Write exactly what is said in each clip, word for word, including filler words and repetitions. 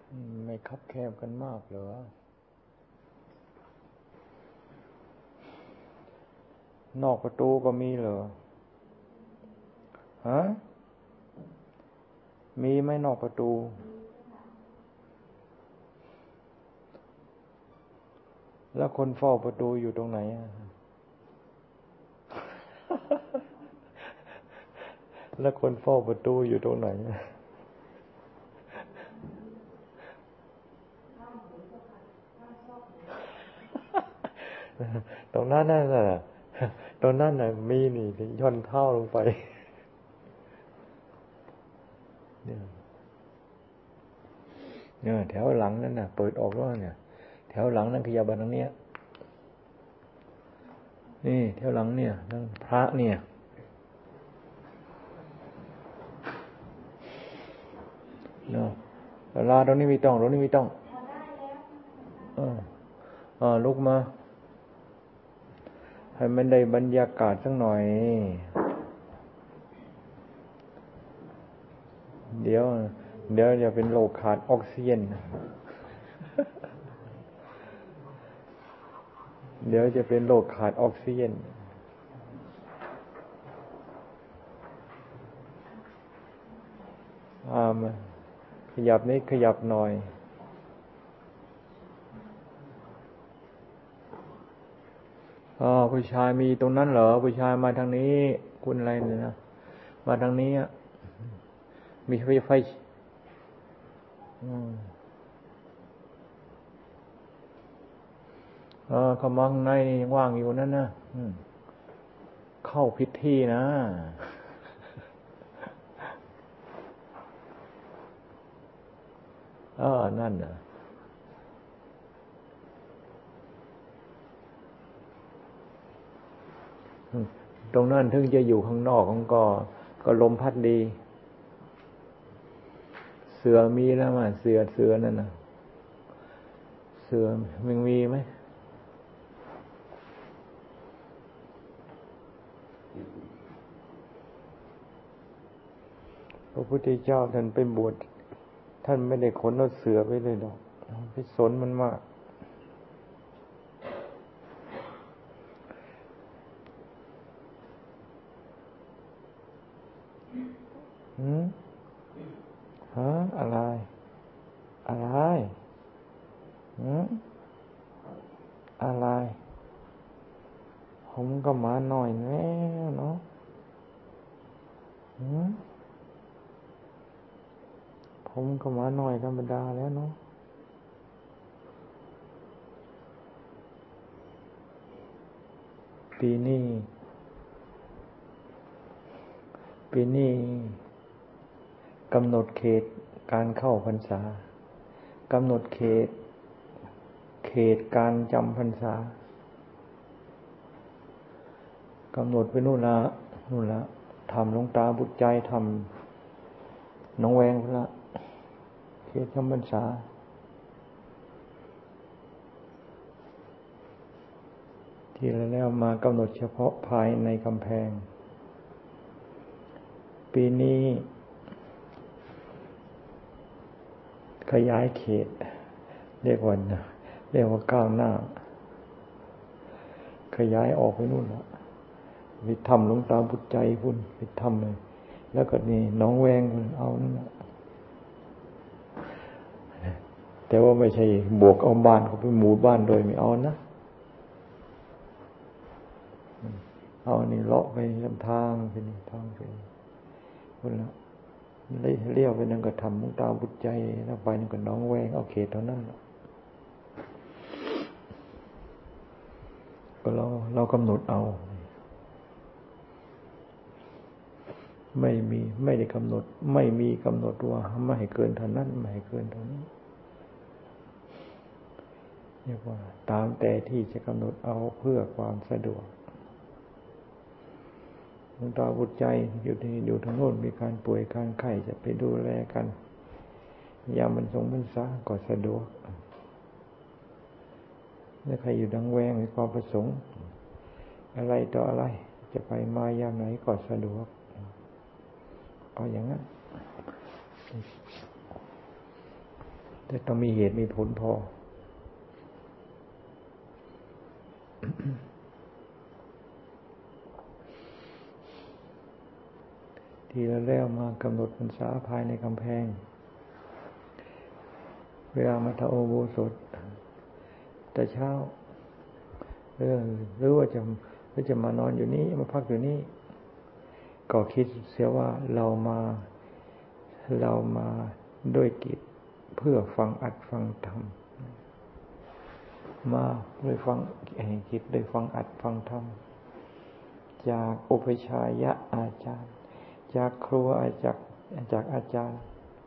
ไม่คับแคบกันมากเหรอ นอกประตูก็มีเหรอ ฮะ มีไหมนอกประตู แล้วคนเฝ้าประตูอยู่ตรงไหนอะ แล้วคนเฝ้าประตูอยู่ตรงไหน ตรงนั้นน่ะตรงนั้นน่ะมีนี่ย่อนเท้าลงไปเนี่ยเนี่ยแถวหลังนั่นน่ะเปิดออกแล้วเนี่ยแถวหลังนั่นขยับมาทางเนี้ยนี่แถวหลังเนี่ยนั่นพระเนี่ยเนาะลาตรงนี้ไม่ต้องตรงนี้ไม่ต้องเออเออลุกมาให้มันได้บรรยากาศสักหน่อยเดี๋ยวเดี๋ยวจะเป็นโรคขาดออกซิเจนเดี๋ยวจะเป็นโรคขาดออกซิเจนอ่ามาขยับนี้ขยับหน่อยอ๋อผู้ชายมีตรงนั้นเหรอผู้ชายมาทางนี้คุณอะไรเนี่ยนะมาทางนี้มีไฟไฟอืมเออเขามาข้างในยังว่างอยู่นั่นนะเข้าพิธีนะเออนั่นน่ะตรงนั้นถึงจะอยู่ข้างนอกของก็ก็ลมพัดดีเสือมีแล้วมั้ยเสือเสือนั่นน่ะเสือมันมีไหมพระพุทธเจ้าท่านไปบวชท่านไม่ได้ขนเอาเสือไปเลยหรอกไปสนมันมากหืมฮะอะไรอะไรหืมอะไรผมก็มาหน่อยแน่เนาะหืมผมก็มาหน่อยธรรมดาแล้วเนาะปีนี้ปีนี้กำหนดเขตการเข้าพรรษากำหนดเขตเขตการจำพรรษากำหนดไปนู่นละนู่นละทำหลวงตาบุญใจทำน้องแวงพุ่นละเขตจำพรรษาที่แล้วมากำหนดเฉพาะภายในกำแพงปีนี้ขยายเขตเรียกว่าเรียกว่าก้าวหน้าขยายออกไปนู่นละไปทำหลวงตาบุญใจพุ่นไปทำเลยแล้วก็นี่น้องแวงพุ่นเอานั่นแหละแต่ว่าไม่ใช่บวกเอาบ้านเขาไปหมู่บ้านโดยไม่เอานะเอานี่เลาะไปลำทางไปนี่ทางไปพุ่นละเลี้ยวไปนั่นก็ทำหลวงตาบุญใจแล้วไปนั่นก็น้องแวงเอาเขตเท่านั้นแหละก็เราเรากำหนดเอาไม่มีไม่ได้กำหนดไม่มีกำหนดว่าไม่ให้เกินเท่านั้นไม่ให้เกินเท่านี้เรียกว่าตามแต่ที่จะกำหนดเอาเพื่อความสะดวกหลวงตาบุญใจอยู่ที่อยู่ทางโน้นมีการป่วยการไข้จะไปดูแลกันยามมันทรงพรรษาก็สะดวกถ้าใครอยู่ดังแวงมีความประสงค์อะไรต่ออะไรจะไปมายามไหนก็สะดวกเอาอย่างนั้นแต่ต้องมีเหตุมีผลพอ ทีละแล้วมากำหนดพรรษาภายในกำแพงเวลามาทำอุโบสถแต่เช้าเออหรือว่าจะหรือจะมานอนอยู่นี่มาพักอยู่นี่ก็คิดเสียว่าเรามาเรามาด้วยกิจเพื่อฟังอัดฟังธรรมมาด้วยฟังแห่งกิจด้วยฟังอัดฟังธรรมจากอุปชายะอาจารย์จากครูอาจากจากอาจารย์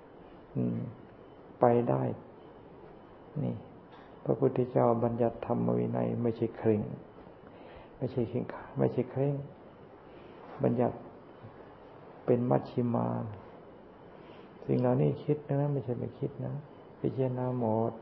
ไปได้นี่พระพุทธเจ้าบัญญัติธรรมวินัยไม่ใช่เคร่งไม่ใช่เคร่งไม่ใช่เคร่งบัญญัติเป็นมัชฌิมาสิ่งเหล่านี้คิดนะไม่ใช่ไม่คิดนะพิจารณาหมด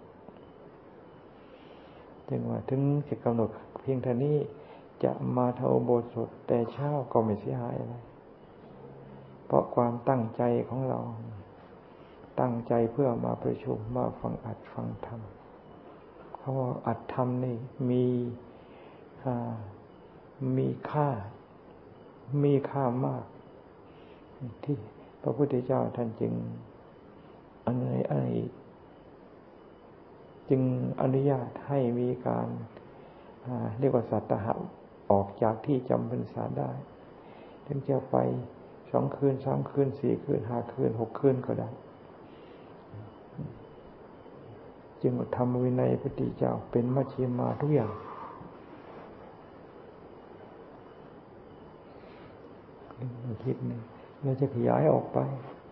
ถึงว่าถึงจะกำหนดเพียงเท่านี้จะมาทำอุโบสถแต่เช้าก็ไม่เสียหายอะไรเพราะความตั้งใจของเราตั้งใจเพื่อมาประชุมมาฟังอัดฟังธรรมเพราะว่าอัดธรรมนี่มีมีค่ามีค่ามากที่พระพุทธเจ้าท่านจึงอะไรอะไรจึงอนุญาตให้มีการเรียกว่าสัตตหะออกจากที่จำพรรษาได้ถึงจะไปสองคืนสามคืนสี่คืนห้าคืนหกคืนก็ได้จึงธรรมวินัยพระพุทธเจ้าเป็นมัชฌิมาทุกอย่างเราคิดนี่เราจะขยายออกไป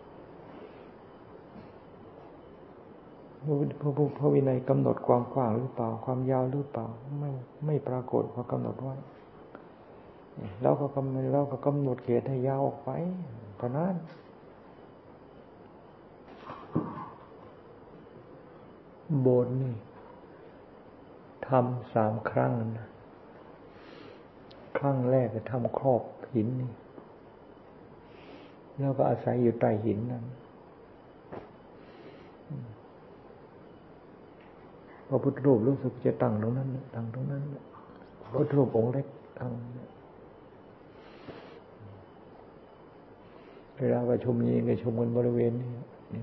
พระพระวินัยกำหนดความกว้างหรือเปล่าความยาวหรือเปล่าไม่ไม่ปรากฏว่ากำหนดไว้เราก็กำหนดเราก็กำหนดเขตให้ยาวออกไปเท่านั้นโบสถ์นี่ทำสามครั้งนะครั้งแรกก็ทำครอบหินนี่แล้วก็อาศัยอยู่ใต้หินนั้นพระพุทธรูปรู้สึกจะตั้งตรงนั้นตั้งตรงนั้นพระพุทธรูปองค์เล็กตั้งเวลาประชุมนี้ประชุมกันบริเวณนี้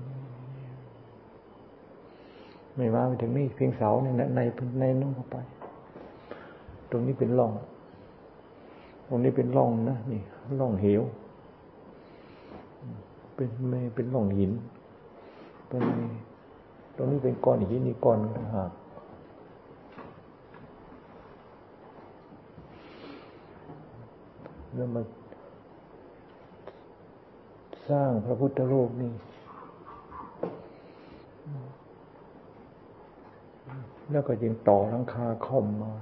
ไม่มาไปถึงนี่เพียงเสาเนี่ยในในนู้นเข้าไปตรงนี้เป็นร่องตรงนี้เป็นร่องนะนี่ร่องเหวเป็นไม่เป็นร่องหินตรงนี้ตรงนี้เป็นก้อนหินนี่ก้อนต่างหากแล้วมาสร้างพระพุทธรูปนี่แล้วก็จึงต่อหลังคาค่อมมา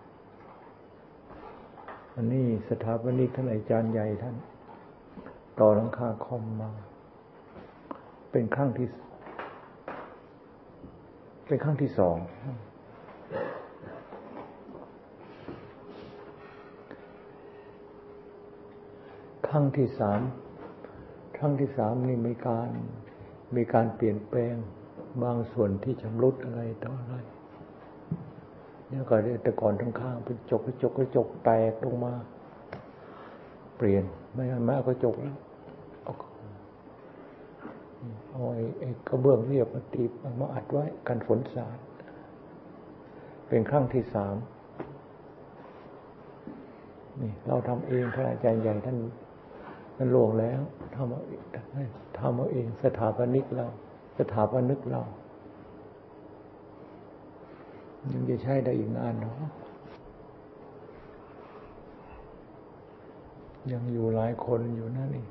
อันนี้สถาปนิกท่านอาจารย์ใหญ่ท่านต่อหลังคาค่อมมาเป็นครั้งที่เป็นครั้งที่สองครั้งที่สามครั้งที่สามนี่มีการมีการเปลี่ยนแปลงบางส่วนที่ชำรุดอะไรต่ออะไรเนี่ยก็แต่ก่อนทั้งข้างเป็นจกกระจกกระจกแตกลงมาเปลี่ยนไม่งั้นมากระจกแล้วเอาไอ้กระเบื้องเรียบมาตีมาอัดไว้กันฝนสาดเป็นครั้งที่สามนี่เราทำเองพระอาจารย์ใหญ่ท่านท่านล่วงแล้วทำเอาทำเอาเองสถาปนิกเราสถาปนิกเรายังจะใช้ได้อีกนานเนาะยังอยู่หลายคนอยู่นั่นนี่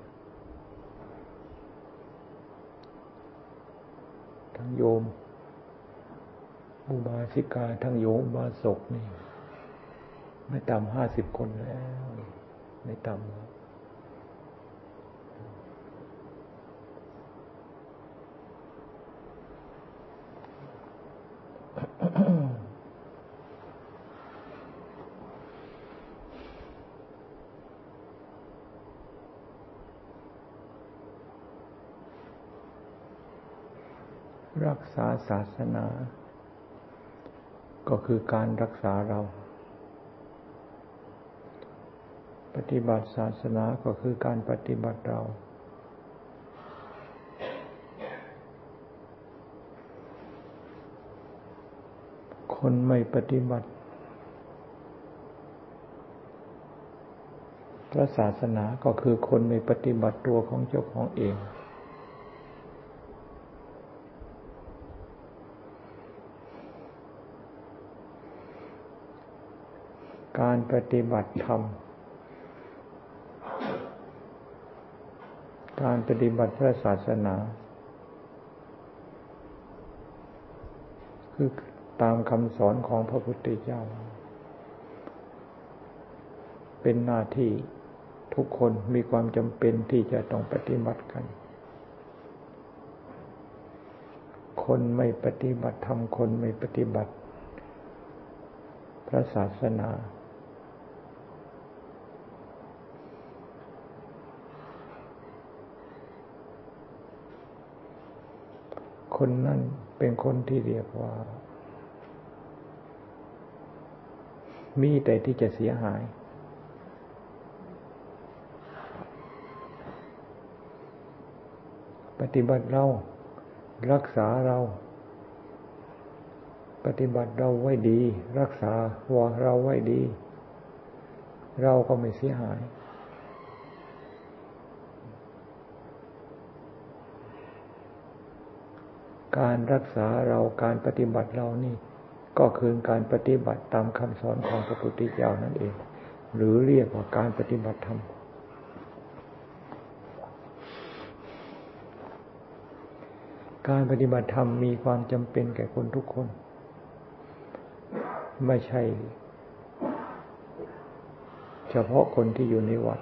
ทั้งโยมอุบาสิกาทั้งโยมอุบาสกนี่ไม่ต่ำห้าสิบคนแล้วไม่ต่ำรักษาศาสนาก็คือการรักษาเราปฏิบัติศาสนาก็คือการปฏิบัติเราคนไม่ปฏิบัติพระศาสนาก็คือคนไม่ปฏิบัติตัวของเจ้าของเองการปฏิบัติธรรมการปฏิบัติพระศาสนาคือตามคำสอนของพระพุทธเจ้าเป็นหน้าที่ทุกคนมีความจำเป็นที่จะต้องปฏิบัติกันคนไม่ปฏิบัติธรรมคนไม่ปฏิบัติพระศาสนาคนนั้นเป็นคนที่เรียกว่ามีแต่ที่จะเสียหายปฏิบัติเรารักษาเราปฏิบัติเราไว้ดีรักษาว่าเราไว้ดีเราก็ไม่เสียหายการรักษาเราการปฏิบัติเรานี่ก็คือการปฏิบัติตามคำสอนของพระพุทธเจ้านั่นเองหรือเรียกว่าการปฏิบัติธรรมการปฏิบัติธรรมมีความจำเป็นแก่คนทุกคนไม่ใช่เฉพาะคนที่อยู่ในวัด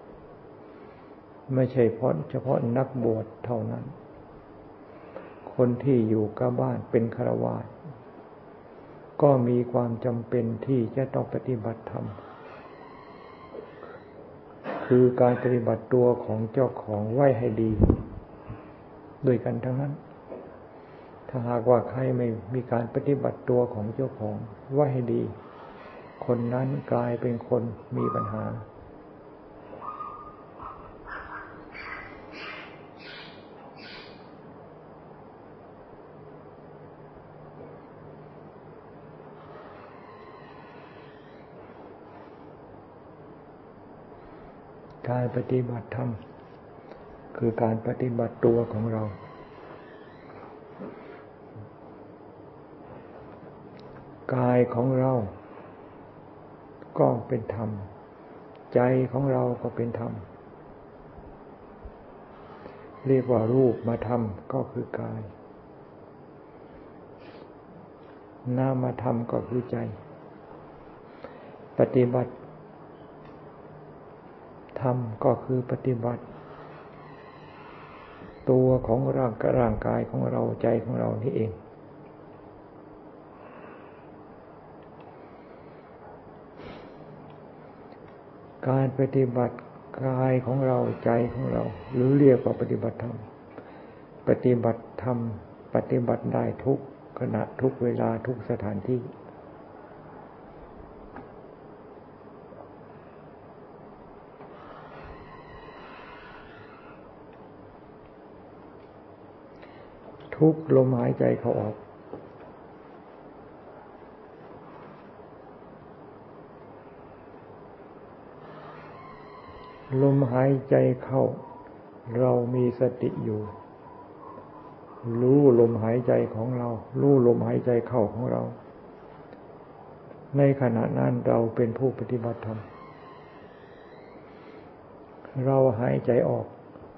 ไม่ใช่เพราะเฉพาะนักบวชเท่านั้นคนที่อยู่กับบ้านเป็นฆราวาสก็มีความจำเป็นที่จะต้องปฏิบัติธรรมคือการปฏิบัติตัวของเจ้าของไว้ให้ดีด้วยกันทั้งนั้นถ้าหากว่าใครไม่มีการปฏิบัติตัวของเจ้าของไว้ให้ดีคนนั้นกลายเป็นคนมีปัญหาการปฏิบัติธรรมคือการปฏิบัติตัวของเรากายของเราก็เป็นธรรมใจของเราก็เป็นธรรมเรียกว่ารูปธรรมก็คือกายนามธรรมก็คือใจปฏิบัติธรรมก็คือปฏิบัติตัวของร่างร่างกายของเราใจของเรานี่เองการปฏิบัติกายของเราใจของเราหรือเรียกว่าปฏิบัติธรรมปฏิบัติธรรมปฏิบัติได้ทุกขณะทุกเวลาทุกสถานที่ทุกลมหายใจเข้าออกลมหายใจเข้าเรามีสติอยู่รู้ลมหายใจของเรารู้ลมหายใจเข้าของเราในขณะนั้นเราเป็นผู้ปฏิบัติธรรมเราหายใจออก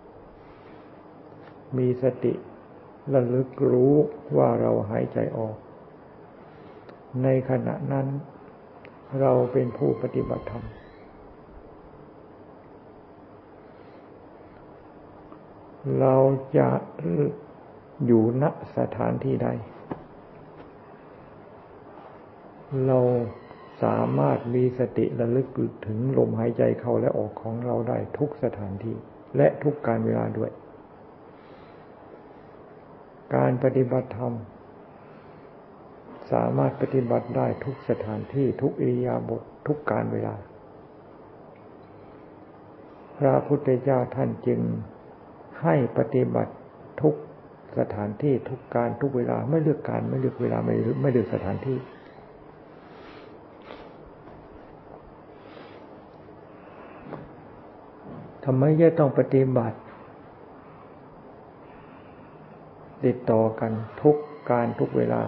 มีสติระลึกรู้ว่าเราหายใจออกในขณะนั้นเราเป็นผู้ปฏิบัติธรรมเราจะอยู่ณสถานที่ใดเราสามารถมีสติระลึกถึงลมหายใจเข้าและออกของเราได้ทุกสถานที่และทุกกาลเวลาด้วยการปฏิบัติธรรมสามารถปฏิบัติได้ทุกสถานที่ทุกอิริยาบถทุกกาลเวลาพระพุทธเจ้าท่านจึงให้ปฏิบัติทุกสถานที่ทุกการทุกเวลาไม่เลือกการไม่เลือกเวลาไม่ไม่เลือกสถานที่ทำไมจะต้องปฏิบัติติดต่อกันทุกการทุกเวลา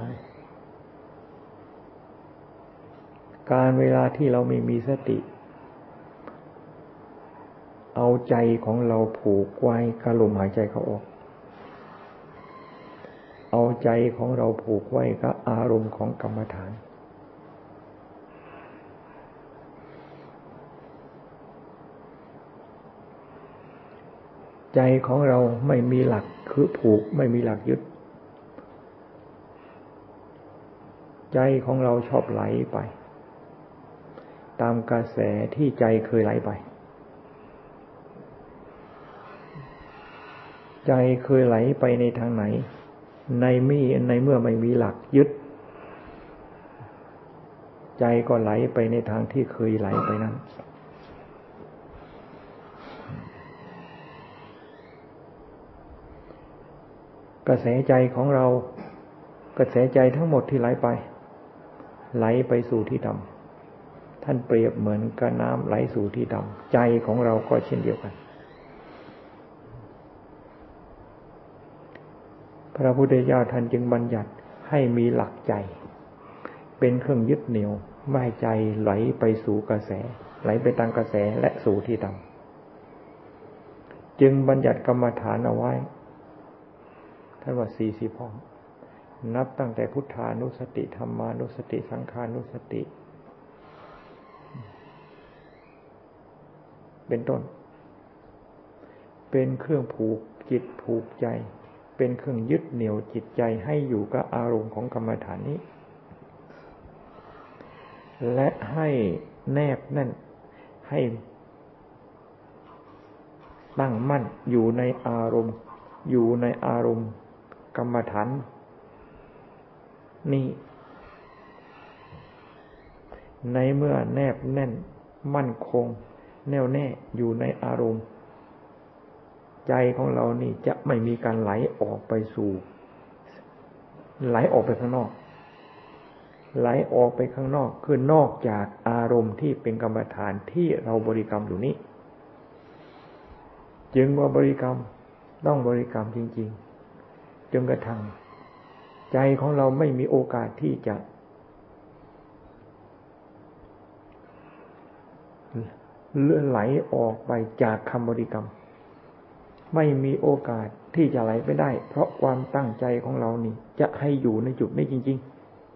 การเวลาที่เราไม่มีสติเอาใจของเราผูกไว้กับลมหายใจเข้าออกเอาใจของเราผูกไว้กับอารมณ์ของกรรมฐานใจของเราไม่มีหลักคือผูกไม่มีหลักยึดใจของเราชอบไหลไปตามกระแสที่ใจเคยไหลไปใจเคยไหลไปในทางไหนในมีในเมื่อไม่มีหลักยึดใจก็ไหลไปในทางที่เคยไหลไปนั้นกระแสใจของเรากระแสใจทั้งหมดที่ไหลไปไหลไปสู่ที่ต่ำท่านเปรียบเหมือนกับน้ำไหลสู่ที่ต่ำใจของเราก็เช่นเดียวกันพระพุทธเจ้าท่านจึงบัญญัติให้มีหลักใจเป็นเครื่องยึดเหนี่ยวไม่ให้ใจไหลไปสู่กระแสไหลไปตามกระแสและสู่ที่ต่ำจึงบัญญัติกรรมฐานเอาไว้ท่านว่าสี่สิบห้องนับตั้งแต่พุทธานุสติธรรมานุสติสังขานุสติเป็นต้นเป็นเครื่องผูกจิตผูกใจเป็นเครื่องยึดเหนี่ยวจิตใจให้อยู่กับอารมณ์ของกรรมฐานนี้และให้แนบแน่นให้ตั้งมั่นอยู่ในอารมณ์อยู่ในอารมณ์กรรมฐานนี่ในเมื่อแนบแน่นมั่นคงแน่วแน่อยู่ในอารมณ์ใจของเรานี่จะไม่มีการไหลออกไปสู่ไหลออกไปข้างนอกไหลออกไปข้างนอกคือนอกจากอารมณ์ที่เป็นกรรมฐานที่เราบริกรรมอยู่นี้จึงว่าบริกรรมต้องบริกรรมจริงๆจนกระทั่งใจของเราไม่มีโอกาสที่จะเลื่อนไหลออกไปจากคำบริกรรมไม่มีโอกาสที่จะไหลไปได้เพราะความตั้งใจของเรานี่จะให้อยู่ในจุดนี้จริง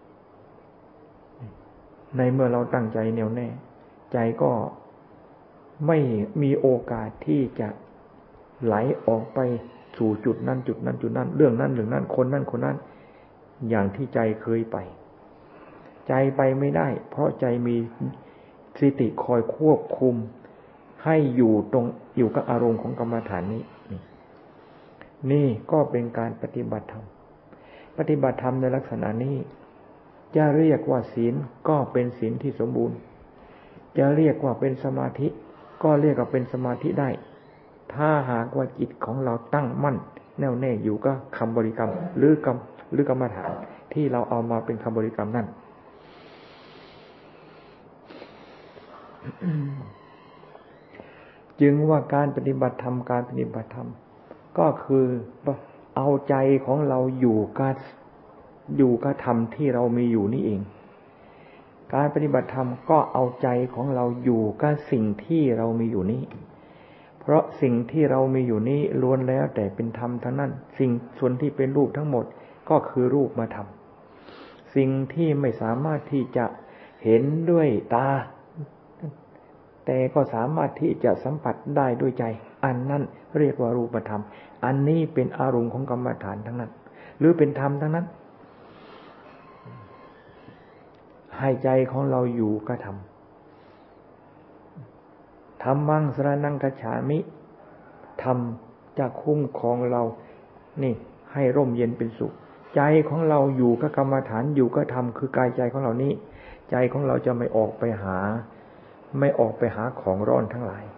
ๆในเมื่อเราตั้งใจแน่วแน่ใจก็ไม่มีโอกาสที่จะไหลออกไปสู่จุดนั้นจุดนั้นจุดนั้นเรื่องนั้นเรื่องนั้นคนนั้นคนนั้นอย่างที่ใจเคยไปใจไปไม่ได้เพราะใจมีสติคอยควบคุมให้อยู่ตรงอยู่กับอารมณ์ของกรรมฐานนี้นี่ก็เป็นการปฏิบัติธรรมปฏิบัติธรรมในลักษณะนี้จะเรียกว่าศีลก็เป็นศีลที่สมบูรณ์จะเรียกว่าเป็นสมาธิก็เรียกว่าเป็นสมาธิได้ถ้าหากว่าจิตของเราตั้งมั่นแน่วแน่อยู่กับคำบริกรรมหรือกรรมหรือกรรมฐานที่เราเอามาเป็นคำบริกรรมนั่น จึงว่าการปฏิบัติธรรมการปฏิบัติธรรมก็คือเอาใจของเราอยู่กับอยู่กับธรรมที่เรามีอยู่นี่เองการปฏิบัติธรรมก็เอาใจของเราอยู่กับสิ่งที่เรามีอยู่นี้เพราะสิ่งที่เรามีอยู่นี้ล้วนแล้วแต่เป็นธรรมทั้งนั้นสิ่งส่วนที่เป็นรูปทั้งหมดก็คือรูปมาธรรมสิ่งที่ไม่สามารถที่จะเห็นด้วยตาแต่ก็สามารถที่จะสัมผัสได้ด้วยใจอันนั้นเรียกว่ารูปธรรมอันนี้เป็นอารมณ์ของกรรมฐานทั้งนั้นหรือเป็นธรรมทั้งนั้นให้ใจของเราอยู่กับธรรมธัมมังสรณังคัจฉามิธรรมจะคุ้มครองเรานี่ให้ร่มเย็นเป็นสุขใจของเราอยู่กับกรรมฐานอยู่กับธรรมคือกายใจของเรานี้ใจของเราจะไม่ออกไปหาไม่ออกไปหาของร้อนทั้งหลาย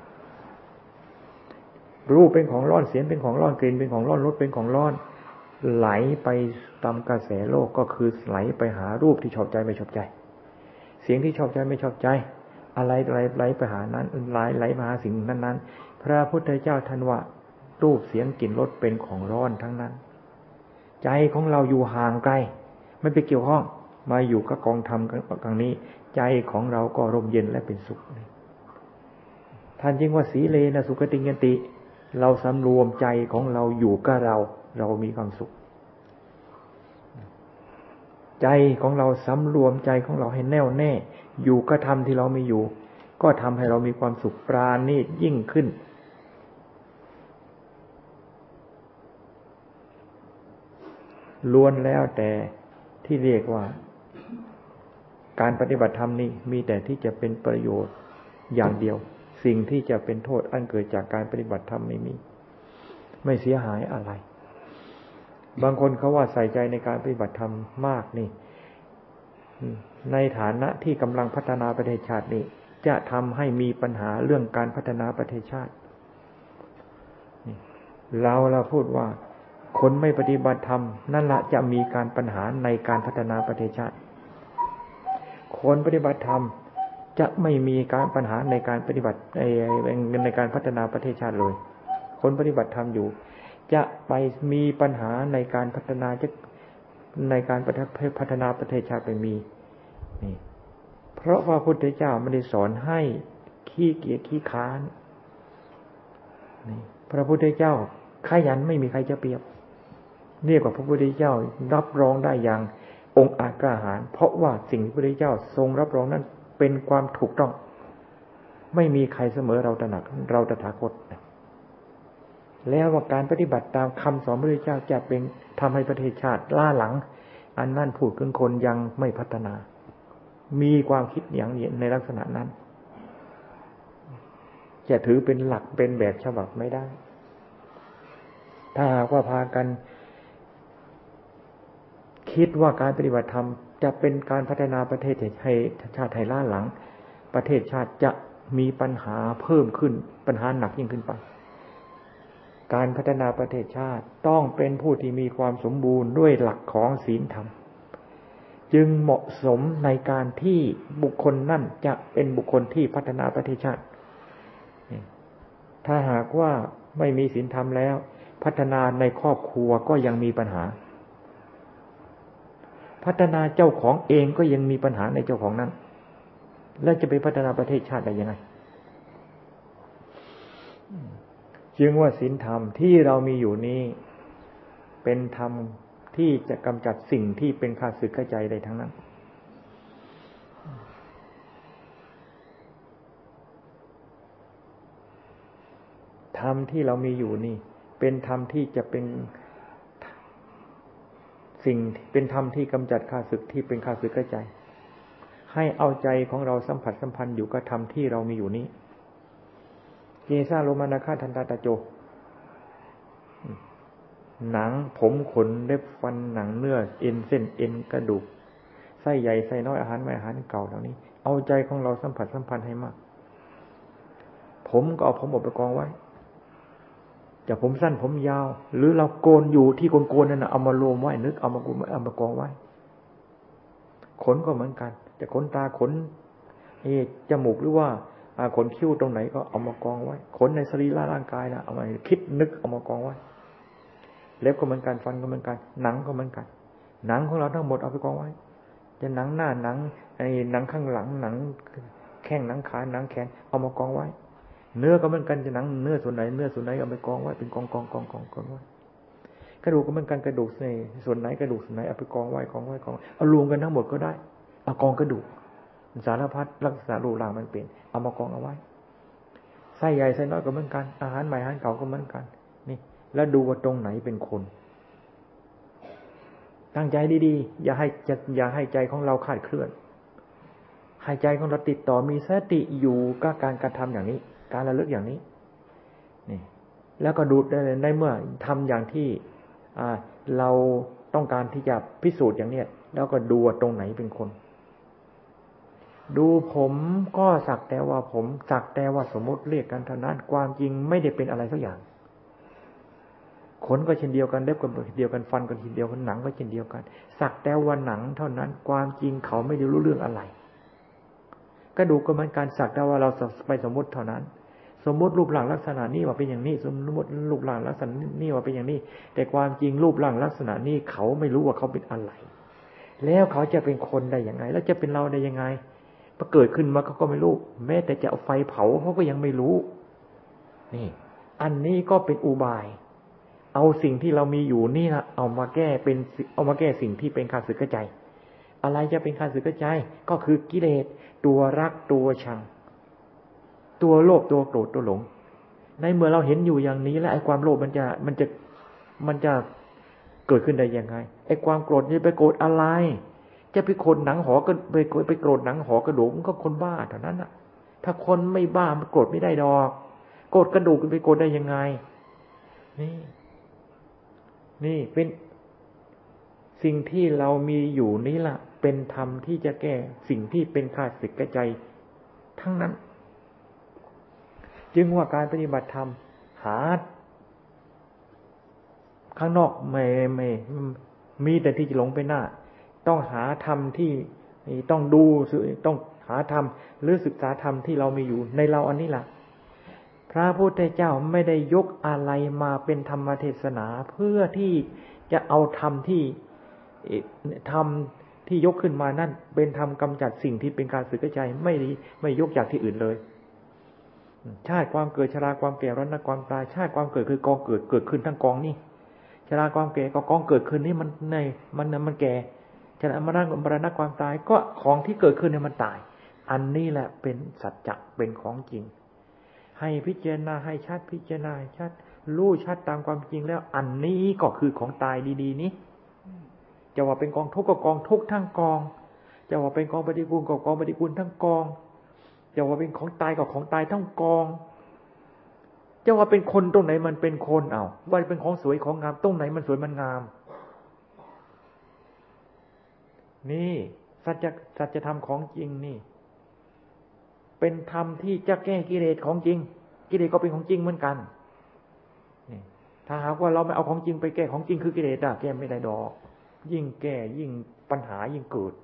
รูปเป็นของร้อนเสียงเป็นของร้อนกลิ่นเป็นของร้อนรสเป็นของร้อนไหลไปตามกระแสโลกก็คือไหลไปหารูปที่ชอบใจไม่ชอบใจเสียงที่ชอบใจไม่ชอบใจอะไรไหลไหลไปหานั้นไหลไหลมาหาสิ่งนั้นๆพระพุทธเจ้าท่านว่ารูปเสียงกลิ่นรสเป็นของร้อนทั้งนั้นใจของเราอยู่ห่างไกลไม่ไปเกี่ยวข้องมาอยู่กับกองธรรมกลางนี้ใจของเราก็ร่มเย็นและเป็นสุขท่านจึงว่าสีเลนะสุขติยันติเราสำรวมใจของเราอยู่กับเราเรามีความสุขใจของเราสำรวมใจของเราให้แน่วแน่อยู่กับธรรมที่เรามีอยู่ก็ทำให้เรามีความสุขปราณีตยิ่งขึ้นล้วนแล้วแต่ที่เรียกว่าการปฏิบัติธรรมนี้มีแต่ที่จะเป็นประโยชน์อย่างเดียวสิ่งที่จะเป็นโทษอันเกิดจากการปฏิบัติธรรมไม่มีไม่เสียหายอะไรบางคนเขาว่าใส่ใจในการปฏิบัติธรรมมากนี่ในฐานะที่กำลังพัฒนาประเทศชาตินี้จะทำให้มีปัญหาเรื่องการพัฒนาประเทศชาติเราเราพูดว่าคนไม่ปฏิบัติธรรมนั่นละจะมีการปัญหาในการพัฒนาประเทศชาติคนปฏิบัติธรรมจะไม่มีการปัญหาในการปฏิบัติในในการพัฒนาประเทศชาติเลยคนปฏิบัติธรรมอยู่จะไปมีปัญหาในการพัฒนาจะในการพัฒนาประเทศชาติไปมีนี่เพราะว่าพระพุทธเจ้าไม่ได้สอนให้ขี้เกียจขี้ค้านนี่พระพุทธเจ้าขยันไม่มีใครจะเปรียบเรียกว่าพระพุทธเจ้ารับรองได้อย่างองค์อาจกล้าหาญเพราะว่าสิ่งที่พระพุทธเจ้าทรงรับรองนั้นเป็นความถูกต้องไม่มีใครเสมอเราตระหนักเราตถาคตแล้วว่าการปฏิบัติตามคำสอนพระพุทธเจ้าจะเป็นทำให้ประเทศชาติล้าหลังอันนั่นพูดถึงคนยังไม่พัฒนามีความคิดอย่างนี้ในลักษณะนั้นจะถือเป็นหลักเป็นแบบฉบับไม่ได้ถ้าหากว่าพากันคิดว่าการปฏิบัติธรรมจะเป็นการพัฒนาประเทศให้ชาติไทยล้าหลังประเทศชาติจะมีปัญหาเพิ่มขึ้นปัญหาหนักยิ่งขึ้นไปการพัฒนาประเทศชาติต้องเป็นผู้ที่มีความสมบูรณ์ด้วยหลักของศีลธรรมจึงเหมาะสมในการที่บุคคลนั่นจะเป็นบุคคลที่พัฒนาประเทศชาติถ้าหากว่าไม่มีศีลธรรมแล้วพัฒนาในครอบครัวก็ยังมีปัญหาพัฒนาเจ้าของเองก็ยังมีปัญหาในเจ้าของนั้นแล้วจะไปพัฒนาประเทศชาติได้ยังไงจึงว่าศีลธรรมที่เรามีอยู่นี้เป็นธรรมที่จะกำจัดสิ่งที่เป็นข้าศึกข้าใจได้ทั้งนั้นธรรมที่เรามีอยู่นี่เป็นธรรมที่จะเป็นสิ่งเป็นธรรมที่กำจัดข้าศึกที่เป็นข้าศึกข้าใจให้เอาใจของเราสัมผัสสัมพันธ์อยู่กับธรรมที่เรามีอยู่นี้เกสาโลมานาคาทันตาตะโจหนังผมขนเล็บฟันหนังเนื้อเอ็นเส้นเอ็นกระดูกไส้ใหญ่ไส้น้อยอาหารไม่อาหารเก่าเหล่านี้เอาใจของเราสัมผัสสัมพันธ์ให้มากผมก็เอาผมออกไปกองไว้จะผมสั้นผมยาวหรือเราโกนอยู่ที่โกนๆนั่นน่ะเอามารวมไว้นึกเอามากุมเอามากองไว้ขนก็เหมือนกันจะขนตาขนเอจมูกหรือว่าขนคิ้วตรงไหนก็เอามากองไว้ขนในสรีระร่างกายนะเอามาคิดนึกเอามากองไว้เล็บก็เหมือนกันฟันก็เหมือนกันหนังก็เหมือนกันหนังของเราทั้งหมดเอาไปกองไว้จะหนังหน้าหนังไอ้หนังข้างหลังหนังแข้งหนังขาหนังแขนเอามากองไว้เนื้อก็เหมือนกันจะหนังเนื้อส่วนไหนเนื้อส่วนไหนเอาไปกองไว้เป็นกองกองกองกองกองไว้กระดูกก็เหมือนกันกระดูกส่วนไหนกระดูกส่วนไหนเอาไปกองไว้กองไว้กองเอารวมกันทั้งหมดก็ได้เอากองกระดูกสารพัดลักษณะรูปร่างมันเป็นเอามากองเอาไว้ไส้ใหญ่ไส้น้อยก็เหมือนกันอาหารใหม่อาหารเก่าก็เหมือนกันนี่แล้วดูว่าตรงไหนเป็นคนตั้งใจดีๆอย่าให้จะอย่าให้ใจของเราคลาดเคลื่อนให้ใจของเราติดต่อมีสติอยู่กับการกระทำอย่างนี้การระลึกอย่างนี้นี่แล้วก็ดูได้ในเมื่อทำอย่างที่อ่าเราต้องการที่จะพิสูจน์อย่างเนี้ยแล้วก็ดูว่าตรงไหนเป็นคนดูผมก็สักแต่ว่าผมสักแต่ว่าสมมติเรียกกันเท่านั้นความจริงไม่ได้เป็นอะไรสักอย่างขนก็เช่นเดียวกันเล็บก็เช่นเดียวกันฟันก็เช่นเดียวกันหนังก็เช่นเดียวกันสักแต่ว่าหนังเท่านั้นความจริงเขาไม่ได้รู้เรื่องอะไรกระดูกก็เหมือนกันสักแต่ว่าเราไปสมมติเท่านั้นสมมติรูปร่างลักษณะนี้ว่าเป็นอย่างนี้สมมติรูปร่างลักษณะนี้ว่าเป็นอย่างนี้แต่ความจริงรูปร่างลักษณะนี้เขาไม่รู้ว่าเขาเป็นอะไรแล้วเขาจะเป็นคนได้ยังไงแล้วจะเป็นเราได้ยังไงพอเกิดขึ้นมาเขาก็ไม่รู้แม้แต่จะเอาไฟเผาเขาก็ยังไม่รู้นี่อันนี้ก็เป็นอุบายเอาสิ่งที่เรามีอยู่นี่นะเอามาแก้เป็นเอามาแก้สิ่งที่เป็นข้าศึกใจอะไรจะเป็นข้าศึกใจก็คือกิเลสตัวรักตัวชังตัวโลภตัวโกรธตัวหลงในเมื่อเราเห็นอยู่อย่างนี้แล้วไอ้ความโลภมันจะมันจะมันจะเกิดขึ้นได้ยังไงไอ้ความโกรธจะไปโกรธอะไรจะไปโกรธหนังหอก็ไปไปโกรธหนังหอกระดูกมันก็คนบ้าเท่านั้นน่ะถ้าคนไม่บ้ามันโกรธไม่ได้ดอกโกรธกระดูกไปโกรธได้ยังไงนี่นี่เป็นสิ่งที่เรามีอยู่นี่ล่ะเป็นธรรมที่จะแก้สิ่งที่เป็นข้าศึกใจทั้งนั้นจึงว่าการปฏิบัติธรรมหาข้างนอกไม่ไม่มีแต่ที่จะหลงไปหน้าต้องหาธรรมที่ต้องดูต้องหาธรรมหรือศึกษาธรรมที่เรามีอยู่ในเราอันนี้ล่ะพระพุทธเจ้าไม่ได้ยกอะไรมาเป็นธรรมเทศนาเพื่อที่จะเอาธรรมที่ธรรมที่ยกขึ้นมานั่นเป็นธรรมกำจัดสิ่งที่เป็นการสึกใจไม่ไม่ยกจากที่อื่นเลยชาติความเกิดชราความแก่มรณะความตายชาติความเกิดคือกองเกิดเกิดขึ้นทั้งกองนี่ชราความแก่ก็กองเกิดขึ้นนี่มันในมันมันแก่ชรามรณะมรณะความตายก็ของที่เกิดขึ้นเนี่ยมันตายอันนี้แหละเป็นสัจจะเป็นของจริงให้พิจารณาให้ชัดพิจารณาให้ชัดรู้ชัดตามความจริงแล้วอันนี้ก็คือของตายดีๆนี้จะว่าเป็นกองทุกข์ก็กองทุกข์ทั้งกองจะว่าเป็นกองปฏิกูลก็กองปฏิกูลทั้งกองจะว่าเป็นของตายก็ของตายทั้งกองจะว่าเป็นคนตรงไหนมันเป็นคนเอาว่าเป็นของสวยของงามตรงไหนมันสวยมันงามนี่สัจสัจธรรมของจริงนี่เป็นธรรมที่จะแก้กิเลสของจริงกิเลสก็เป็นของจริงเหมือนกันนี่ถ้าหากว่าเราไม่เอาของจริงไปแก้ของจริงคือกิเลสอะแก้ไม่ได้ดอกยิ่งแก้ยิ่งปัญหายิ่งเกิด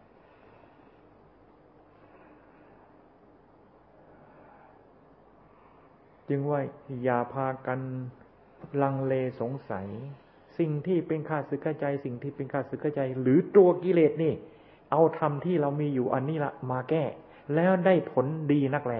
จึงว่าอย่าพากันลังเลสงสัยสิ่งที่เป็นข้าศึกใจสิ่งที่เป็นข้าศึกใจหรือตัวกิเลสนี่เอาธรรมที่เรามีอยู่อันนี้ละมาแก้แล้วได้ผลดีนักแล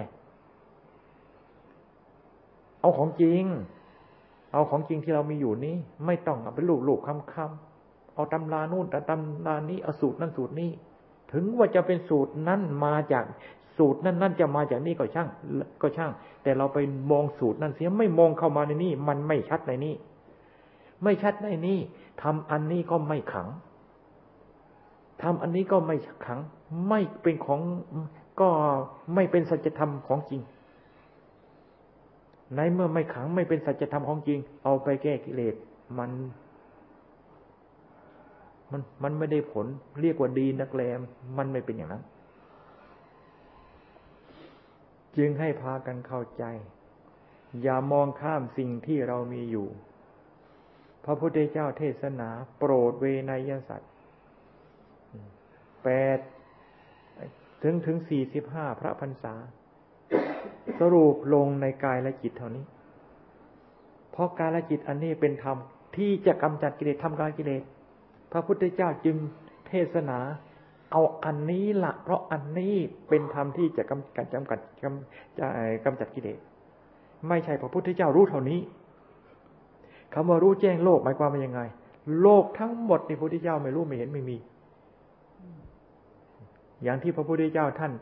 เอาของจริงเอาของจริงที่เรามีอยู่นี้ไม่ต้องเอาไปลูบๆคำๆเอาตำรานู่นแต่ตำรานี้เอาสูตรนั่นสูตรนี้ถึงว่าจะเป็นสูตรนั้นมาจากสูตรนั้นนั่นจะมาจากนี่ก็ช่างก็ช่างแต่เราไปมองสูตรนั้นเสียไม่มองเข้ามาในนี่มันไม่ชัดในนี่ไม่ชัดในนี่ทำอันนี้ก็ไม่ขังทำอันนี้ก็ไม่ขังไม่เป็นของก็ไม่เป็นสัจธรรมของจริงในเมื่อไม่ขังไม่เป็นสัจธรรมของจริงเอาไปแก้กิเลสมันมันมันไม่ได้ผลเรียกว่าดีนักแลมันไม่เป็นอย่างนั้นจึงให้พากันเข้าใจอย่ามองข้ามสิ่งที่เรามีอยู่พระพุทธเจ้าเทศนาโปรดเวนยสัตว์แปดถึงถึงสี่สิบห้าพระพรรษาสรุปลงในกายและจิตเท่านี้เพราะกายและจิตอันนี้เป็นธรรมที่จะกำจัดกิเลสทำลายกิเลสพระพุทธเจ้าจึงเทศนาเอาอันนี้ละเพราะอันนี้เป็นธรรมที่จะกำจัดจำกัดกำจะกำจัดกิเลสไม่ใช่พระพุทธเจ้ารู้เท่านี้คำว่ารู้แจ้งโลกหมายความว่ายังไงโลกทั้งหมดในพระพุทธเจ้าไม่รู้ไม่เห็นไม่มีอย่างที่พระพุทธเจ้าท่าน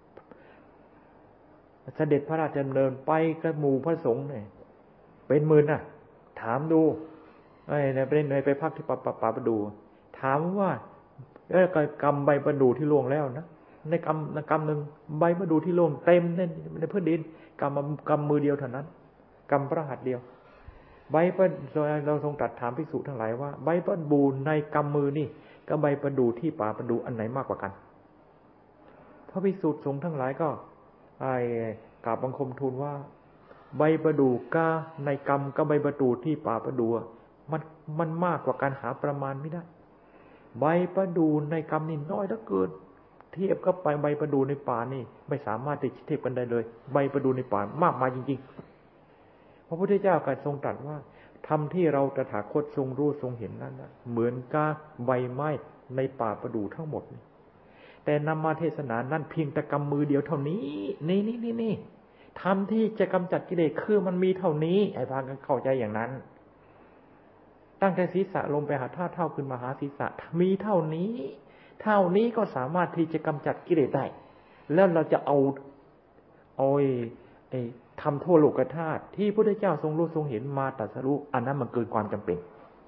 เสด็จพระราชดำเนินไปกับหมู่พระสงฆ์เนี่ยเป็นหมื่นน่ะถามดูไอ้เนี่ยเป็นไปพักที่ป่าป่าประดูถามว่าเอ้ยกำใบประดูที่ล่วงแล้วนะในกำในกำหนึ่งใบประดูที่ล่วงเต็มในในพื้นดินกำกำมือเดียวเท่านั้นกำพระหัตถ์เดียวใบประเราทรงตรัสถามภิกษุทั้งหลายว่าใบประดู่ในกำมือนี่กับใบประดู่ที่ป่าประดู่อันไหนมากกว่ากันพระภิกษุสงฆ์ทั้งหลายก็ไอ้กราบบังคมทูลว่าใบประดู่กาในกำกับใบประดู่ที่ป่าประดู่มันมันมากกว่าการหาประมาณไม่ได้ใบประดู่ในกำนี่น้อยเหลือเกินเทียบกับใบใบประดู่ในป่านี่ไม่สามารถที่จะเทียบกันได้เลยใบประดู่ในป่ามากมายจริงๆพระพุทธเจ้าก็ทรงตรัสว่าธรรมที่เราตถาคตทรงรู้ทรงเห็นนั้นเหมือนกับใบไม้ในป่าประดู่ทั้งหมดแต่นำมาเทศนานั้นเพียงแต่กำมือเดียวเท่านี้นี่นี่นี่นี่ธรรมที่จะกำจัดกิเลสคือมันมีเท่านี้ให้พากันเข้าใจอย่างนั้นตั้งแต่ศีรษะลงไปหาท่าเท่าขึ้นมาหาศีรษะมีเท่านี้เท่านี้ก็สามารถที่จะกำจัดกิเลสได้แล้วเราจะเอาเอาไอ้ทำทั่วโลกธาตุที่พระพุทธเจ้าทรงรู้ทรงเห็นมาตรัสรู้อันนั้นมันเกินความจำเป็น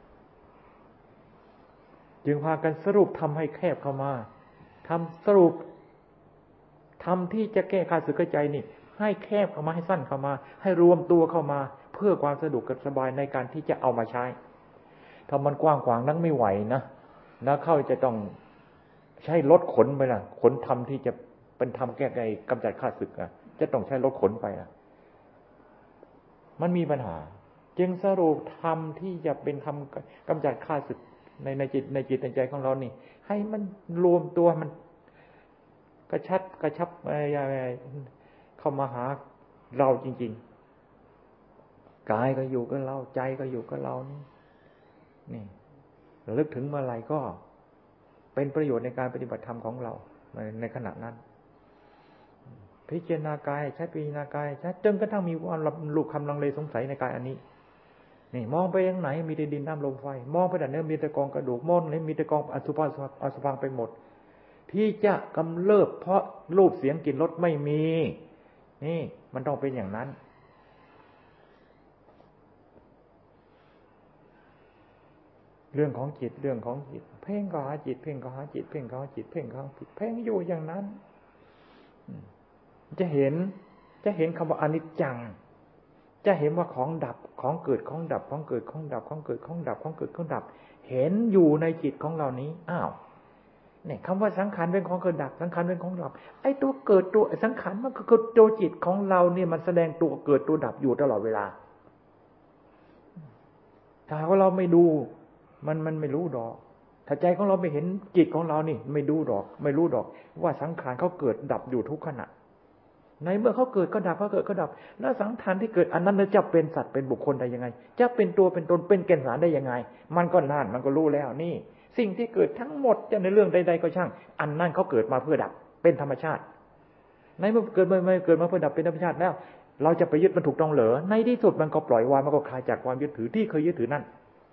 จึงพากันสรุปทำให้แคบเข้ามาทำสรุปทำที่จะแก้ข้าศึกใจนี่ให้แคบเข้ามาให้สั้นเข้ามาให้รวมตัวเข้ามาเพื่อความสะดวกสบายในการที่จะเอามาใช้ถ้ามันกว้างขวางนักไม่ไหวนะนะเข้าจะต้องใช้รถขนไปล่ะขนทำที่จะเป็นทำแก้ไขกำจัดข้าศึกอ่ะจะต้องใช้รถขนไปอ่ะมันมีปัญหาจึงสรุปทำที่จะเป็นทำกำจัดข้าศึกในในจิตในจิตในใจของเรานี่ให้มันรวมตัวมันกระชับกระชับเข้ามาหาเราจริงๆกายก็อยู่กับเราใจก็อยู่กับเรานี่นี่ระลึกถึงเมื่อไหร่ก็เป็นประโยชน์ในการปฏิบัติธรรมของเราในขณะนั้นพิจารณากายใช้พิจารณากายใช้จนกระทั่งมีความลูกคำลังเลสงสัยในกายอันนี้นี่มองไปยังไหนมีแต่ดินน้ำลมไฟมองไปด้านเนื้อมีแต่กองกระดูกมองเลยมีแต่กองอสุภะอสุภังไปหมดที่จะกำเริบเพราะรูปเสียงกลิ่นรสไม่มีนี่มันต้องเป็นอย่างนั้นเรื่องของจิตเรื่องของจิตเพ่งก็หาจิตเพ่งก็หาจิตเพ่งก็หาจิตเพ่งก็หาจิตเพ่งอยู่อย่างนั้นจะเห็นจะเห็นคำว่าอนิจจังจะเห็นว่าของดับของเกิดของดับของเกิดของดับของเกิดของดับของเกิดของดับเห็นอยู่ในจิตของเรานี้อ้าวเนี่ยคำว่าสังขารเป็นของเกิดดับสังขารเป็นของดับไอ้ตัวเกิดตัวสังขารมันก็คือตัวจิตของเราเนี่ยมันแสดงตัวเกิดตัวดับอยู่ตลอดเวลาถ้าว่าเราไม่ดูมันมันไม่รู้ดอกถ้าใจของเราไม่เห็นจิตของเรานี่ไม่ดูดอกไม่รู้ดอกว่าสังขารเขาเกิดดับอยู่ทุกขณะในเมื่อเขาเกิดก็ดับเขาเกิดก็ดับแล้วสังขารที่เกิดอันนั้นจะเป็นสัตว์เป็นบุคคลได้ยังไงจะเป็นตัวเป็นตนเป็นแก่นสารได้ยังไงมันก็น่านมันก็รู้แล้วนี่สิ่งที่เกิดทั้งหมดจะในเรื่องใดๆก็ช่างอันนั้นเขาเกิดมาเพื่อดับเป็นธรรมชาติในเมื่อเกิดมาไม่เกิดมาเพื่อดับเป็นธรรมชาติแล้วเราจะไปยึดมันถูกต้องเหรอในที่สุดมันก็ปล่อยวางมันก็คลายจากความยึดถือที่เคยยึดถือนั่น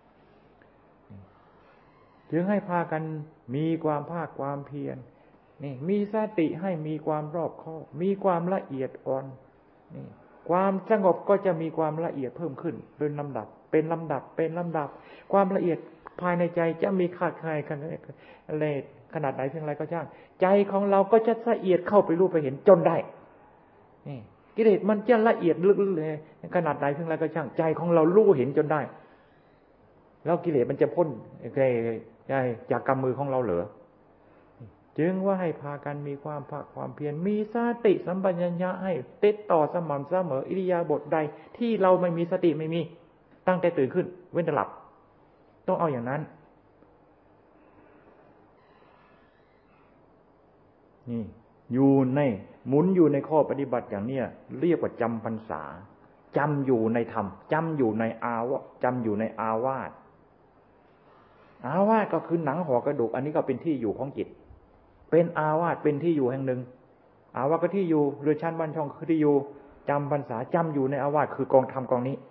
จึงให้พากันมีความภาคความเพียรนี่มีสติให้มีความรอบคอบมีความละเอียดอ่อนนี่ความสงบก็จะมีความละเอียดเพิ่มขึ้นเป็นลำดับเป็นลำดับเป็นลำดับความละเอียดภายในใจจะมีขาดใครขนาดอะไรขนาดไหนเพียงไรก็ช่างใจของเราก็จะละเอียดเข้าไปรู้ไปเห็นจนได้นี่กิเลสมันจะละเอียดลึกๆเลยขนาดไหนเพียงไรก็ช่างใจของเรารู้เห็นจนได้แล้วกิเลสมันจะพ้นจากกำมือของเราเหรอจึงว่าให้พากันมีความภาคความเพียรมีสติสัมปชัญญะให้ติดต่อสม่ำเสมออิริยาบถใดที่เราไม่มีสติไม่มีตั้งแต่ตื่นขึ้นเว้นแต่หลับต้องเอาอย่างนั้นนี่อยู่ในหมุนอยู่ในข้อปฏิบัติอย่างเนี้ยเรียกว่าจำพรรษาจำอยู่ในธรรมจำอยู่ในอาวะจำอยู่ในอาวาสอาวาสก็คือหนังห่อกระดูกอันนี้ก็เป็นที่อยู่ของจิตเป็นอาวาสเป็นที่อยู่แห่งหนึ่งอาวาสก็ที่อยู่หรือชั้นบ้านช่องคือที่อยู่จำพรรษาจำอยู่ในอาวาสคือกองธรรมกองนี้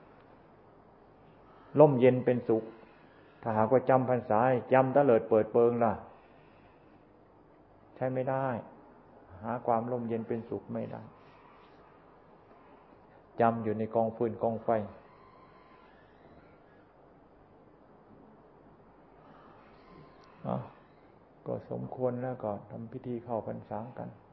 ร่มเย็นเป็นสุขถ้าหากว่าจำพรรษาจำตะเลิดเปิดเปิงล่ะใช่ไม่ได้หาความร่มเย็นเป็นสุขไม่ได้จำอยู่ในกองฟืนกองไฟอ๋อก็สมควรแล้วก็ทำพิธีเข้าพรรษากัน